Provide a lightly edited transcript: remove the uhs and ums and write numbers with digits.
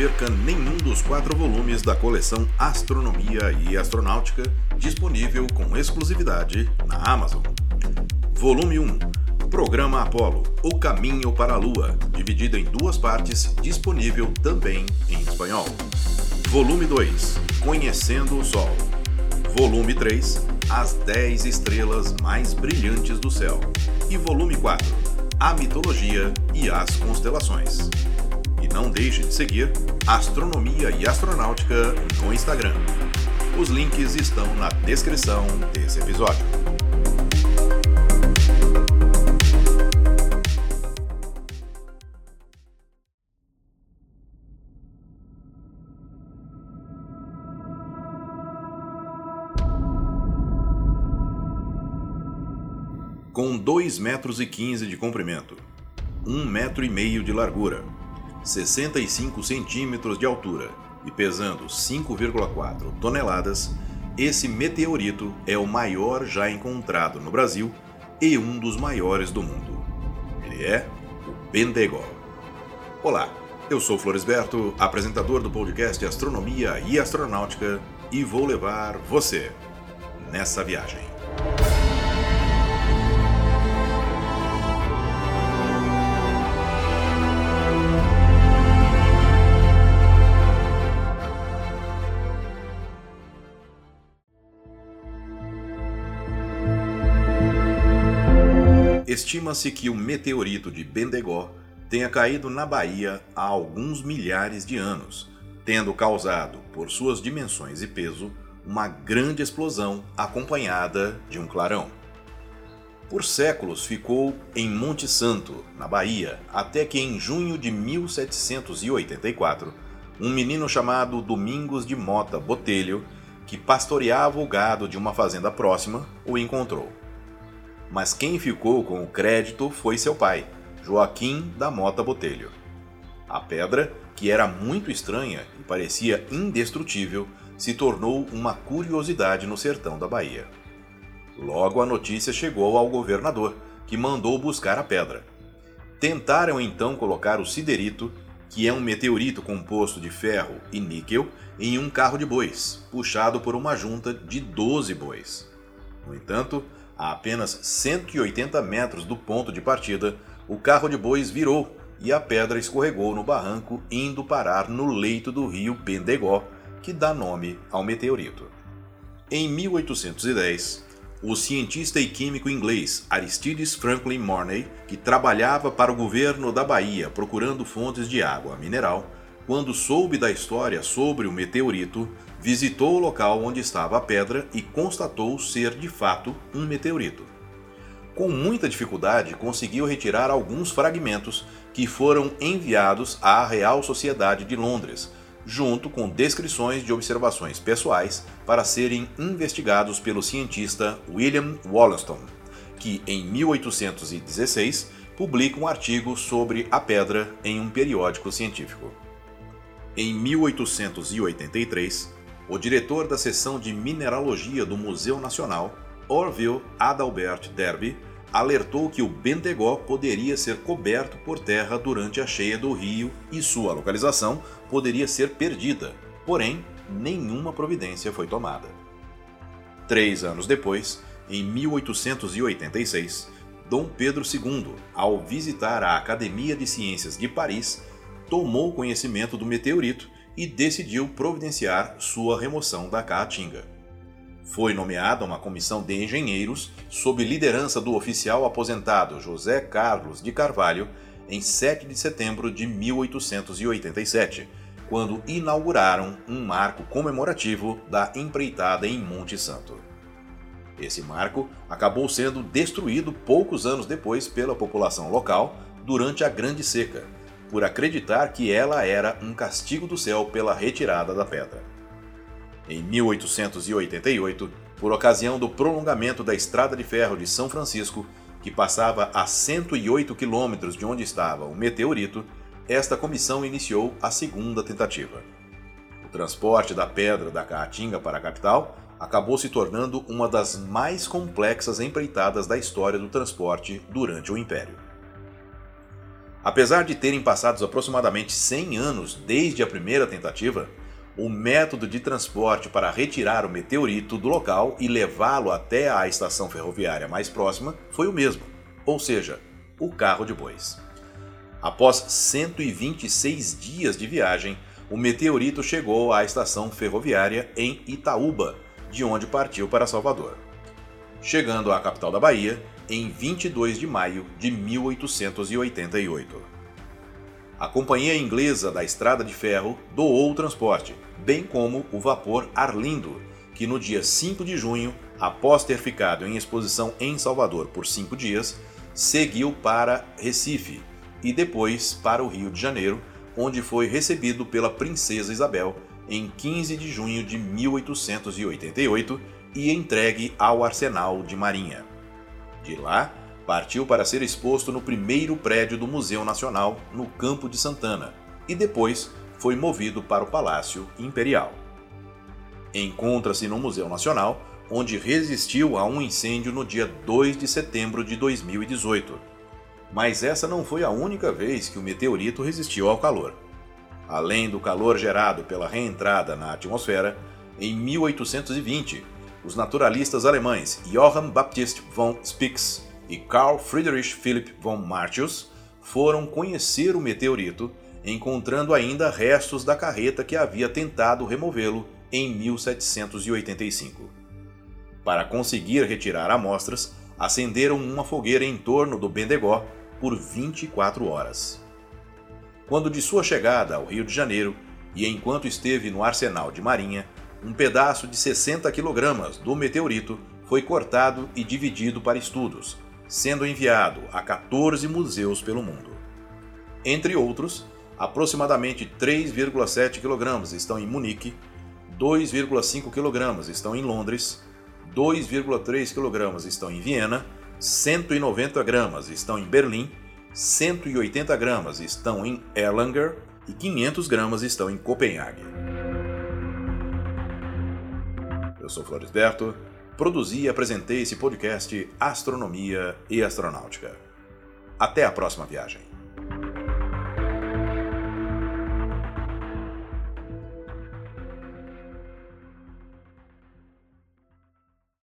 perca nenhum dos 4 volumes da coleção Astronomia e Astronáutica, disponível com exclusividade na Amazon. Volume 1. Programa Apollo, O Caminho para a Lua, dividido em 2 partes, disponível também em espanhol. Volume 2. Conhecendo o Sol. Volume 3. As 10 estrelas mais brilhantes do céu. E volume 4. A mitologia e as constelações. E não deixe de seguir Astronomia e Astronáutica no Instagram. Os links estão na descrição desse episódio. Com 2,15 metros de comprimento, 1,5 metro de largura, 65 centímetros de altura e pesando 5,4 toneladas, esse meteorito é o maior já encontrado no Brasil e um dos maiores do mundo. Ele é o Bendegoa. Olá, eu sou Floresberto, apresentador do podcast Astronomia e Astronáutica, e vou levar você nessa viagem. Estima-se que o meteorito de Bendegoa tenha caído na Bahia há alguns milhares de anos, tendo causado, por suas dimensões e peso, uma grande explosão acompanhada de um clarão. Por séculos ficou em Monte Santo, na Bahia, até que em junho de 1784, um menino chamado Domingos de Mota Botelho, que pastoreava o gado de uma fazenda próxima, o encontrou. Mas quem ficou com o crédito foi seu pai, Joaquim da Mota Botelho. A pedra, que era muito estranha e parecia indestrutível, se tornou uma curiosidade no sertão da Bahia. Logo a notícia chegou ao governador, que mandou buscar a pedra. Tentaram então colocar o siderito, que é um meteorito composto de ferro e níquel, em um carro de bois, puxado por uma junta de 12 bois. No entanto, a apenas 180 metros do ponto de partida, o carro de bois virou e a pedra escorregou no barranco, indo parar no leito do rio Bendegoa, que dá nome ao meteorito. Em 1810, o cientista e químico inglês Aristides Franklin Morney, que trabalhava para o governo da Bahia procurando fontes de água mineral, quando soube da história sobre o meteorito, visitou o local onde estava a pedra e constatou ser de fato um meteorito. Com muita dificuldade, conseguiu retirar alguns fragmentos que foram enviados à Real Sociedade de Londres, junto com descrições de observações pessoais para serem investigados pelo cientista William Wollaston, que em 1816 publica um artigo sobre a pedra em um periódico científico. Em 1883, o diretor da seção de mineralogia do Museu Nacional, Orville Adalbert Derby, alertou que o Bendegoa poderia ser coberto por terra durante a cheia do rio e sua localização poderia ser perdida, porém, nenhuma providência foi tomada. 3 anos depois, em 1886, Dom Pedro II, ao visitar a Academia de Ciências de Paris, tomou conhecimento do meteorito e decidiu providenciar sua remoção da Caatinga. Foi nomeada uma comissão de engenheiros sob liderança do oficial aposentado José Carlos de Carvalho em 7 de setembro de 1887, quando inauguraram um marco comemorativo da empreitada em Monte Santo. Esse marco acabou sendo destruído poucos anos depois pela população local durante a Grande Seca, por acreditar que ela era um castigo do céu pela retirada da pedra. Em 1888, por ocasião do prolongamento da Estrada de Ferro de São Francisco, que passava a 108 quilômetros de onde estava o meteorito, esta comissão iniciou a segunda tentativa. O transporte da pedra da Caatinga para a capital acabou se tornando uma das mais complexas empreitadas da história do transporte durante o Império. Apesar de terem passado aproximadamente 100 anos desde a primeira tentativa, o método de transporte para retirar o meteorito do local e levá-lo até a estação ferroviária mais próxima foi o mesmo, ou seja, o carro de bois. Após 126 dias de viagem, o meteorito chegou à estação ferroviária em Itaúba, de onde partiu para Salvador, chegando à capital da Bahia em 22 de maio de 1888. A Companhia Inglesa da Estrada de Ferro doou o transporte, bem como o vapor Arlindo, que no dia 5 de junho, após ter ficado em exposição em Salvador por 5 dias, seguiu para Recife e depois para o Rio de Janeiro, onde foi recebido pela Princesa Isabel em 15 de junho de 1888 e entregue ao Arsenal de Marinha. De lá, partiu para ser exposto no primeiro prédio do Museu Nacional, no Campo de Santana, e depois foi movido para o Palácio Imperial. Encontra-se no Museu Nacional, onde resistiu a um incêndio no dia 2 de setembro de 2018. Mas essa não foi a única vez que o meteorito resistiu ao calor. Além do calor gerado pela reentrada na atmosfera, em 1820, os naturalistas alemães Johann Baptist von Spix e Carl Friedrich Philipp von Martius foram conhecer o meteorito, encontrando ainda restos da carreta que havia tentado removê-lo em 1785. Para conseguir retirar amostras, acenderam uma fogueira em torno do Bendegó por 24 horas. Quando de sua chegada ao Rio de Janeiro e enquanto esteve no Arsenal de Marinha, um pedaço de 60 kg do meteorito foi cortado e dividido para estudos, sendo enviado a 14 museus pelo mundo. Entre outros, aproximadamente 3,7 kg estão em Munique, 2,5 kg estão em Londres, 2,3 kg estão em Viena, 190 gramas estão em Berlim, 180 gramas estão em Erlanger e 500 gramas estão em Copenhague. Eu sou Florisberto, produzi e apresentei esse podcast Astronomia e Astronáutica. Até a próxima viagem.